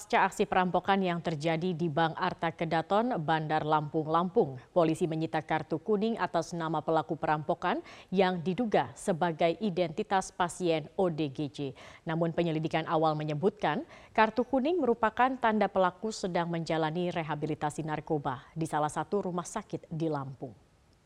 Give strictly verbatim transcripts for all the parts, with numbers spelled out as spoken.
Pasca aksi perampokan yang terjadi di Bank Arta Kedaton, Bandar Lampung, Lampung, polisi menyita kartu kuning atas nama pelaku perampokan yang diduga sebagai identitas pasien O D G J. Namun penyelidikan awal menyebutkan kartu kuning merupakan tanda pelaku sedang menjalani rehabilitasi narkoba di salah satu rumah sakit di Lampung.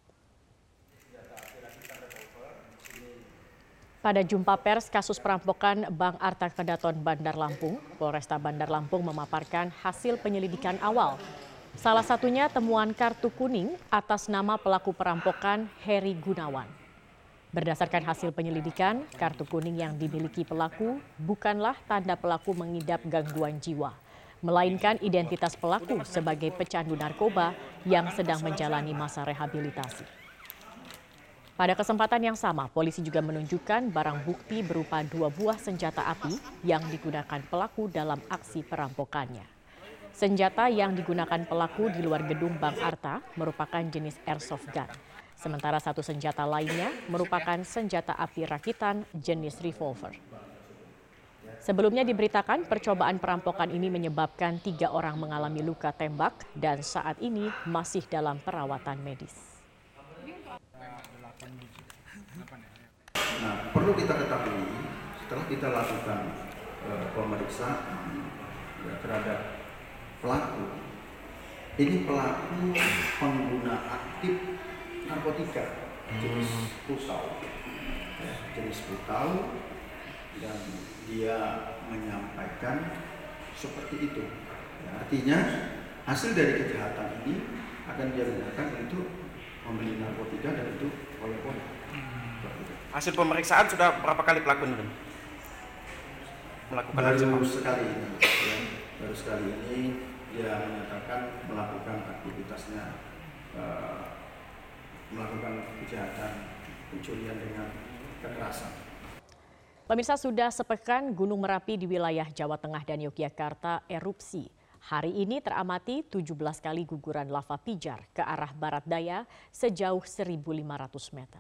Pada jumpa pers kasus perampokan Bank Arta Kedaton Bandar Lampung, Polresta Bandar Lampung memaparkan hasil penyelidikan awal. Salah satunya temuan kartu kuning atas nama pelaku perampokan Heri Gunawan. Berdasarkan hasil penyelidikan, kartu kuning yang dimiliki pelaku bukanlah tanda pelaku mengidap gangguan jiwa, melainkan identitas pelaku sebagai pecandu narkoba yang sedang menjalani masa rehabilitasi. Pada kesempatan yang sama, polisi juga menunjukkan barang bukti berupa dua buah senjata api yang digunakan pelaku dalam aksi perampokannya. Senjata yang digunakan pelaku di luar gedung Bank Arta merupakan jenis airsoft gun. Sementara satu senjata lainnya merupakan senjata api rakitan jenis revolver. Sebelumnya diberitakan percobaan perampokan ini menyebabkan tiga orang mengalami luka tembak dan saat ini masih dalam perawatan medis. Nah, perlu kita ketahui setelah kita lakukan e, pemeriksaan ya, terhadap pelaku, ini pelaku pengguna aktif narkotika jenis pusau, ya, jenis pusau, dan dia menyampaikan seperti itu. Ya, artinya hasil dari kejahatan ini akan dia gunakan untuk membeli narkotika dan itu oleh-oleh. Hasil pemeriksaan sudah berapa kali pelaku ini melakukan baru sekali ini, ya. baru sekali ini dia menyatakan melakukan aktivitasnya, uh, melakukan kejahatan pencurian dengan kekerasan. Pemirsa, sudah sepekan Gunung Merapi di wilayah Jawa Tengah dan Yogyakarta erupsi. Hari ini teramati tujuh belas kali guguran lava pijar ke arah barat daya sejauh seribu lima ratus meter.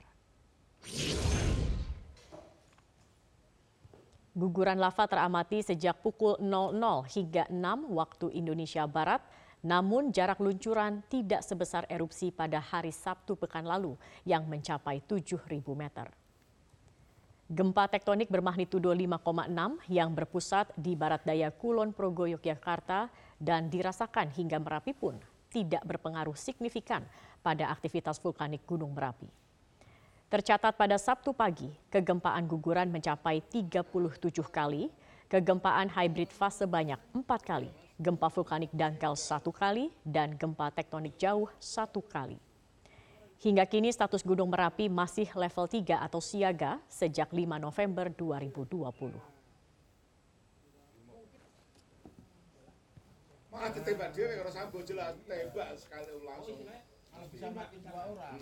Guguran lava teramati sejak pukul nol nol hingga enam waktu Indonesia Barat, namun jarak luncuran tidak sebesar erupsi pada hari Sabtu pekan lalu yang mencapai tujuh ribu meter. Gempa tektonik bermagnitudo lima koma enam yang berpusat di barat daya Kulon Progo, Yogyakarta dan dirasakan hingga Merapi pun tidak berpengaruh signifikan pada aktivitas vulkanik Gunung Merapi. Tercatat pada Sabtu pagi, kegempaan guguran mencapai tiga puluh tujuh kali, kegempaan hybrid fase banyak empat kali, gempa vulkanik dangkal satu kali, dan gempa tektonik jauh satu kali. Hingga kini status Gunung Merapi masih level tiga atau siaga sejak lima November dua ribu dua puluh. Malah ditembak dia kalau sambo jelas tembak sekali langsung. Bisa mati dua orang.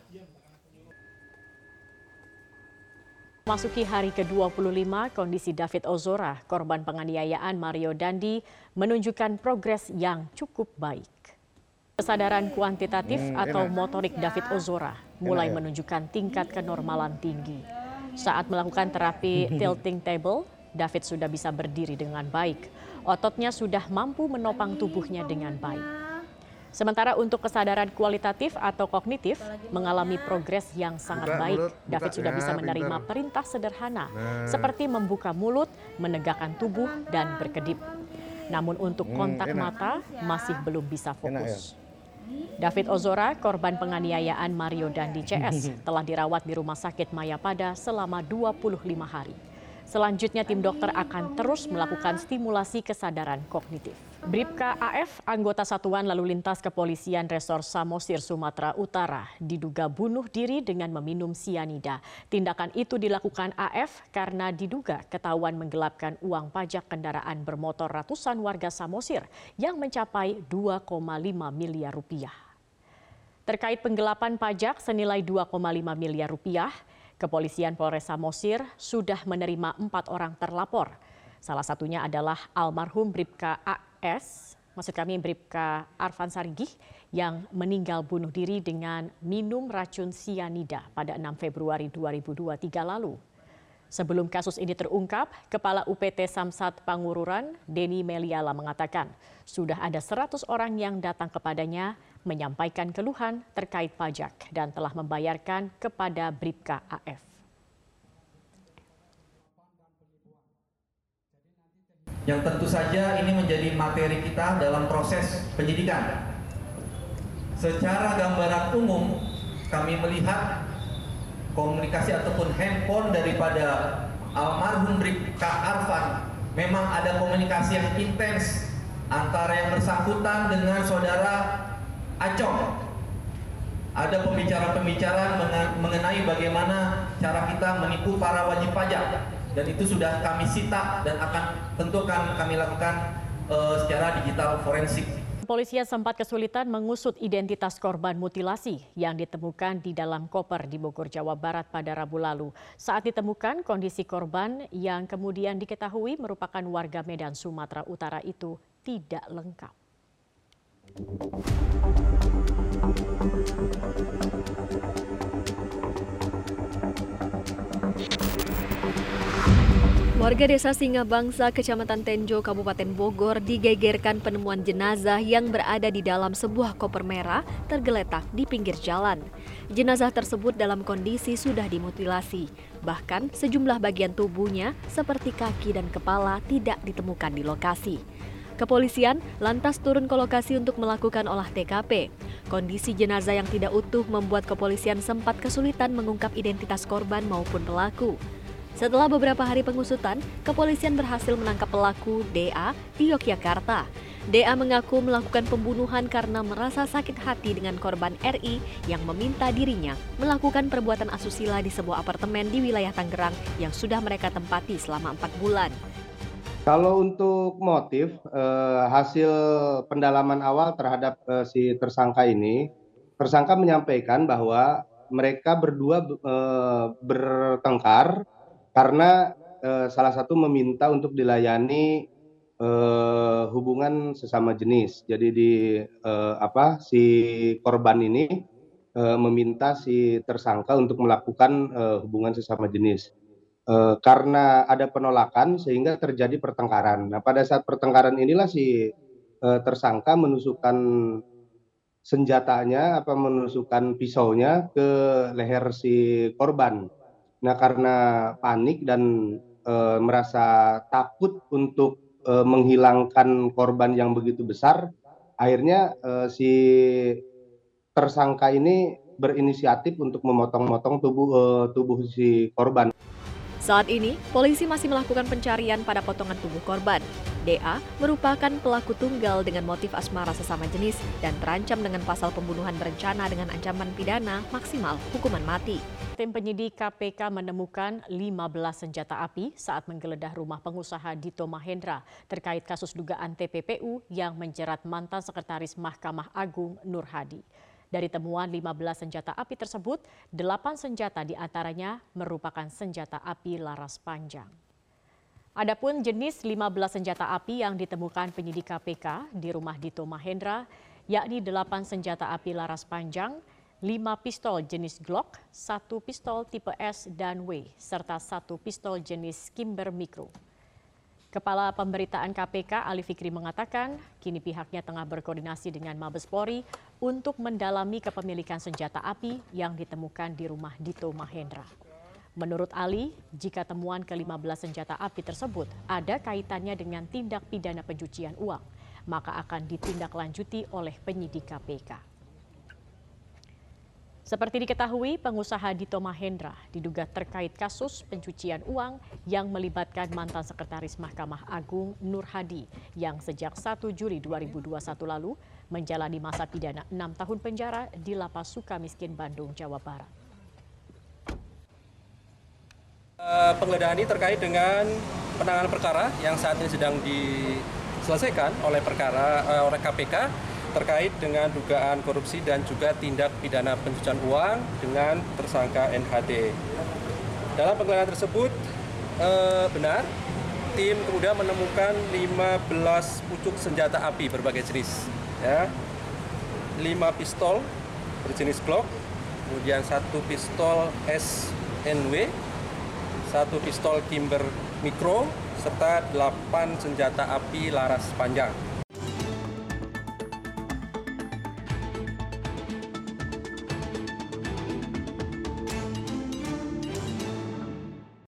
Masuki hari ke dua puluh lima, kondisi David Ozora, korban penganiayaan Mario Dandi, menunjukkan progres yang cukup baik. Kesadaran kuantitatif atau motorik David Ozora mulai menunjukkan tingkat kenormalan tinggi. Saat melakukan terapi tilting table, David sudah bisa berdiri dengan baik. Ototnya sudah mampu menopang tubuhnya dengan baik. Sementara untuk kesadaran kualitatif atau kognitif mengalami progres yang sangat baik. David sudah bisa menerima perintah sederhana seperti membuka mulut, menegakkan tubuh, dan berkedip. Namun untuk kontak mata masih belum bisa fokus. David Ozora, korban penganiayaan Mario Dandi C S, telah dirawat di Rumah Sakit Mayapada selama dua puluh lima hari. Selanjutnya tim dokter akan terus melakukan stimulasi kesadaran kognitif. Bribka A F, anggota Satuan Lalu Lintas Kepolisian Resor Samosir, Sumatera Utara, diduga bunuh diri dengan meminum sianida. Tindakan itu dilakukan A F karena diduga ketahuan menggelapkan uang pajak kendaraan bermotor ratusan warga Samosir yang mencapai dua koma lima miliar rupiah. Terkait penggelapan pajak senilai dua koma lima miliar rupiah, Kepolisian Polres Samosir sudah menerima empat orang terlapor. Salah satunya adalah almarhum Bribka A S, maksud kami Bribka Arfan Sarigih, yang meninggal bunuh diri dengan minum racun sianida pada enam Februari dua ribu dua puluh tiga lalu. Sebelum kasus ini terungkap, Kepala U P T Samsat Pangururan, Denny Meliala mengatakan sudah ada seratus orang yang datang kepadanya menyampaikan keluhan terkait pajak dan telah membayarkan kepada Bribka A F. Yang tentu saja ini menjadi materi kita dalam proses penyidikan. Secara gambaran umum, kami melihat komunikasi ataupun handphone daripada almarhum Bribka Arfan memang ada komunikasi yang intens antara yang bersangkutan dengan saudara Acong. Ada pembicaraan-pembicaraan mengenai bagaimana cara kita menipu para wajib pajak, dan itu sudah kami sita dan akan tentu akan kami lakukan uh, secara digital forensik. Kepolisian sempat kesulitan mengusut identitas korban mutilasi yang ditemukan di dalam koper di Bogor, Jawa Barat pada Rabu lalu. Saat ditemukan, kondisi korban yang kemudian diketahui merupakan warga Medan, Sumatera Utara itu tidak lengkap. Warga desa Singabangsa, Kecamatan Tenjo, Kabupaten Bogor digegerkan penemuan jenazah yang berada di dalam sebuah koper merah tergeletak di pinggir jalan. Jenazah tersebut dalam kondisi sudah dimutilasi. Bahkan sejumlah bagian tubuhnya seperti kaki dan kepala tidak ditemukan di lokasi. Kepolisian lantas turun ke lokasi untuk melakukan olah T K P. Kondisi jenazah yang tidak utuh membuat kepolisian sempat kesulitan mengungkap identitas korban maupun pelaku. Setelah beberapa hari pengusutan, kepolisian berhasil menangkap pelaku D A di Yogyakarta. D A mengaku melakukan pembunuhan karena merasa sakit hati dengan korban R I yang meminta dirinya melakukan perbuatan asusila di sebuah apartemen di wilayah Tangerang yang sudah mereka tempati selama empat bulan. Kalau untuk motif, eh, hasil pendalaman awal terhadap eh, si tersangka ini, tersangka menyampaikan bahwa mereka berdua eh, bertengkar karena eh, salah satu meminta untuk dilayani eh, hubungan sesama jenis. Jadi di eh, apa si korban ini eh, meminta si tersangka untuk melakukan eh, hubungan sesama jenis. Eh, karena ada penolakan sehingga terjadi pertengkaran. Nah, pada saat pertengkaran inilah si eh, tersangka menusukkan senjatanya, apa menusukkan pisaunya ke leher si korban. Nah, karena panik dan e, merasa takut untuk e, menghilangkan korban yang begitu besar, akhirnya e, si tersangka ini berinisiatif untuk memotong-motong tubuh e, tubuh si korban. Saat ini, polisi masih melakukan pencarian pada potongan tubuh korban. D A merupakan pelaku tunggal dengan motif asmara sesama jenis dan terancam dengan pasal pembunuhan berencana dengan ancaman pidana maksimal hukuman mati. Tim penyidik K P K menemukan lima belas senjata api saat menggeledah rumah pengusaha Dito Mahendra terkait kasus dugaan T P P U yang menjerat mantan Sekretaris Mahkamah Agung Nur Hadi. Dari temuan lima belas senjata api tersebut, delapan senjata diantaranya merupakan senjata api laras panjang. Adapun jenis lima belas senjata api yang ditemukan penyidik K P K di rumah Dito Mahendra, yakni delapan senjata api laras panjang, lima pistol jenis Glock, satu pistol tipe S dan W, serta satu pistol jenis Kimber Micro. Kepala Pemberitaan K P K Ali Fikri mengatakan, kini pihaknya tengah berkoordinasi dengan Mabes Polri untuk mendalami kepemilikan senjata api yang ditemukan di rumah Dito Mahendra. Menurut Ali, jika temuan ke lima belas senjata api tersebut ada kaitannya dengan tindak pidana pencucian uang, maka akan ditindaklanjuti oleh penyidik K P K. Seperti diketahui, pengusaha Dito Mahendra diduga terkait kasus pencucian uang yang melibatkan mantan Sekretaris Mahkamah Agung Nur Hadi yang sejak satu Juli dua ribu dua puluh satu lalu menjalani masa pidana enam tahun penjara di Lapas Sukamiskin, Bandung, Jawa Barat. Penggeledahan ini terkait dengan penanganan perkara yang saat ini sedang diselesaikan oleh perkara oleh K P K terkait dengan dugaan korupsi dan juga tindak pidana pencucian uang dengan tersangka N H D. Dalam penggeledahan tersebut eh, benar, tim kemudian menemukan lima belas pucuk senjata api berbagai jenis, ya, lima pistol berjenis Glock, kemudian satu pistol S N W, satu pistol Kimber Mikro, serta delapan senjata api laras panjang.